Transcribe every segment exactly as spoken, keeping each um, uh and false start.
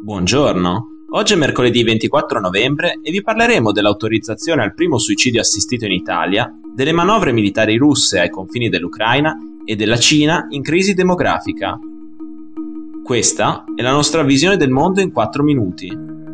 Buongiorno, oggi è mercoledì ventiquattro novembre e vi parleremo dell'autorizzazione al primo suicidio assistito in Italia, delle manovre militari russe ai confini dell'Ucraina e della Cina in crisi demografica. Questa è la nostra visione del mondo in quattro minuti.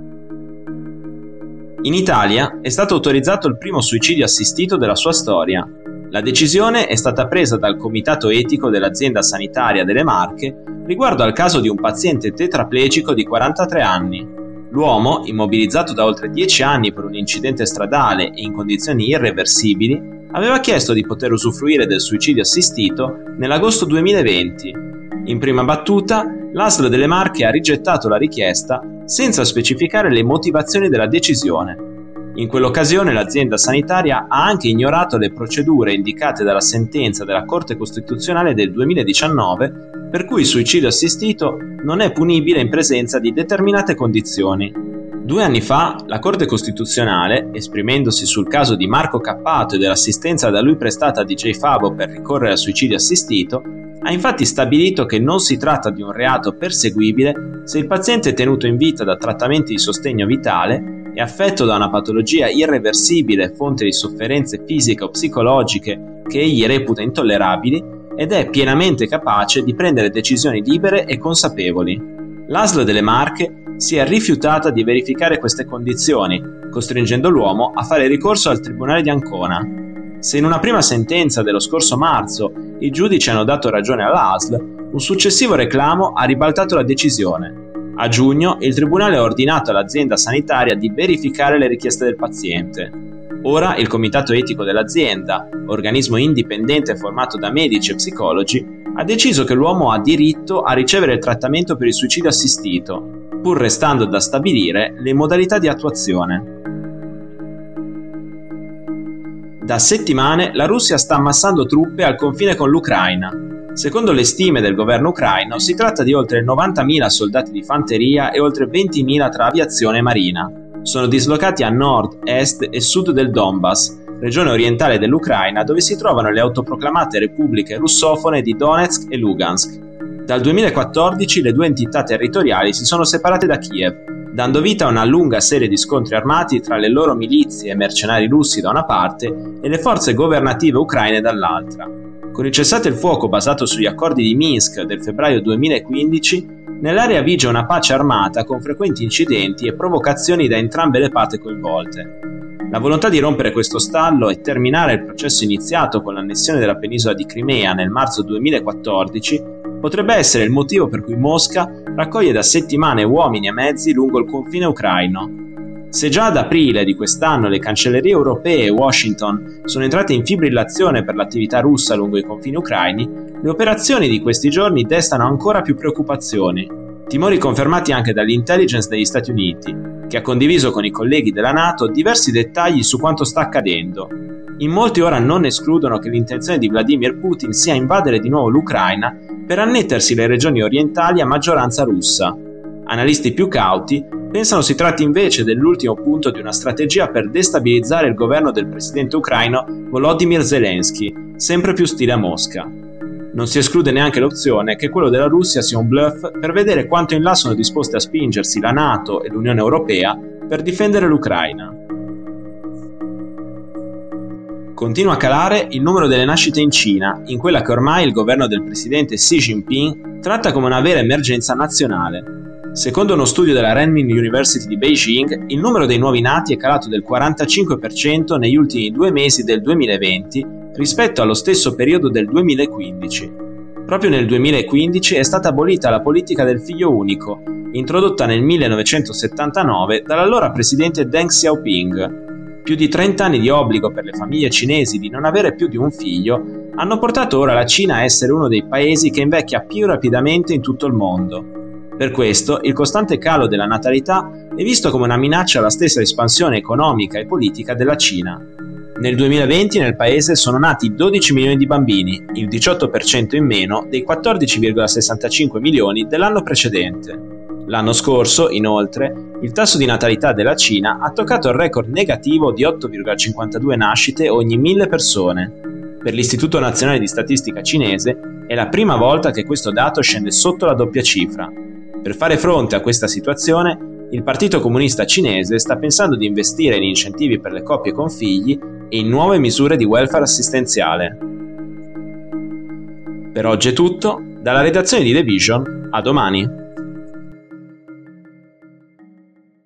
In Italia è stato autorizzato il primo suicidio assistito della sua storia. La decisione è stata presa dal Comitato Etico dell'Azienda Sanitaria delle Marche riguardo al caso di un paziente tetraplegico di quarantatré anni. L'uomo, immobilizzato da oltre dieci anni per un incidente stradale e in condizioni irreversibili, aveva chiesto di poter usufruire del suicidio assistito nell'agosto duemilaventi. In prima battuta, l'A S L delle Marche ha rigettato la richiesta senza specificare le motivazioni della decisione. In quell'occasione l'azienda sanitaria ha anche ignorato le procedure indicate dalla sentenza della Corte Costituzionale del duemiladiciannove, per cui il suicidio assistito non è punibile in presenza di determinate condizioni. Due anni fa, la Corte Costituzionale, esprimendosi sul caso di Marco Cappato e dell'assistenza da lui prestata a D J Fabo per ricorrere al suicidio assistito, ha infatti stabilito che non si tratta di un reato perseguibile se il paziente è tenuto in vita da trattamenti di sostegno vitale, è affetto da una patologia irreversibile fonte di sofferenze fisiche o psicologiche che egli reputa intollerabili ed è pienamente capace di prendere decisioni libere e consapevoli. L'A S L delle Marche si è rifiutata di verificare queste condizioni, costringendo l'uomo a fare ricorso al Tribunale di Ancona. Se in una prima sentenza dello scorso marzo i giudici hanno dato ragione all'A S L, un successivo reclamo ha ribaltato la decisione. A giugno il Tribunale ha ordinato all'azienda sanitaria di verificare le richieste del paziente. Ora il Comitato Etico dell'azienda, organismo indipendente formato da medici e psicologi, ha deciso che l'uomo ha diritto a ricevere il trattamento per il suicidio assistito, pur restando da stabilire le modalità di attuazione. Da settimane la Russia sta ammassando truppe al confine con l'Ucraina. Secondo le stime del governo ucraino si tratta di oltre novantamila soldati di fanteria e oltre ventimila tra aviazione e marina. Sono dislocati a nord, est e sud del Donbass, regione orientale dell'Ucraina dove si trovano le autoproclamate repubbliche russofone di Donetsk e Lugansk. Dal duemilaquattordici le due entità territoriali si sono separate da Kiev, dando vita a una lunga serie di scontri armati tra le loro milizie e mercenari russi da una parte e le forze governative ucraine dall'altra. Con il cessate il fuoco basato sugli accordi di Minsk del febbraio duemilaquindici, nell'area vige una pace armata con frequenti incidenti e provocazioni da entrambe le parti coinvolte. La volontà di rompere questo stallo e terminare il processo iniziato con l'annessione della penisola di Crimea nel marzo duemilaquattordici potrebbe essere il motivo per cui Mosca raccoglie da settimane uomini e mezzi lungo il confine ucraino. Se già ad aprile di quest'anno le cancellerie europee e Washington sono entrate in fibrillazione per l'attività russa lungo i confini ucraini, le operazioni di questi giorni destano ancora più preoccupazioni. Timori confermati anche dall'intelligence degli Stati Uniti, che ha condiviso con i colleghi della NATO diversi dettagli su quanto sta accadendo. In molti ora non escludono che l'intenzione di Vladimir Putin sia invadere di nuovo l'Ucraina per annettersi le regioni orientali a maggioranza russa. Analisti più cauti pensano si tratti invece dell'ultimo punto di una strategia per destabilizzare il governo del presidente ucraino Volodymyr Zelensky, sempre più ostile a Mosca. Non si esclude neanche l'opzione che quello della Russia sia un bluff per vedere quanto in là sono disposte a spingersi la NATO e l'Unione Europea per difendere l'Ucraina. Continua a calare il numero delle nascite in Cina, in quella che ormai il governo del presidente Xi Jinping tratta come una vera emergenza nazionale. Secondo uno studio della Renmin University di Beijing, il numero dei nuovi nati è calato del quarantacinque per cento negli ultimi due mesi del duemilaventi rispetto allo stesso periodo del duemilaquindici. Proprio nel duemilaquindici è stata abolita la politica del figlio unico, introdotta nel millenovecentosettantanove dall'allora presidente Deng Xiaoping. Più di trenta anni di obbligo per le famiglie cinesi di non avere più di un figlio hanno portato ora la Cina a essere uno dei paesi che invecchia più rapidamente in tutto il mondo. Per questo, il costante calo della natalità è visto come una minaccia alla stessa espansione economica e politica della Cina. Nel duemilaventi nel paese sono nati dodici milioni di bambini, il diciotto per cento in meno dei quattordici virgola sessantacinque milioni dell'anno precedente. L'anno scorso, inoltre, il tasso di natalità della Cina ha toccato il record negativo di otto virgola cinquantadue nascite ogni mille persone. Per l'Istituto Nazionale di Statistica cinese è la prima volta che questo dato scende sotto la doppia cifra. Per fare fronte a questa situazione, il Partito Comunista Cinese sta pensando di investire in incentivi per le coppie con figli e in nuove misure di welfare assistenziale. Per oggi è tutto, dalla redazione di The Vision, a domani!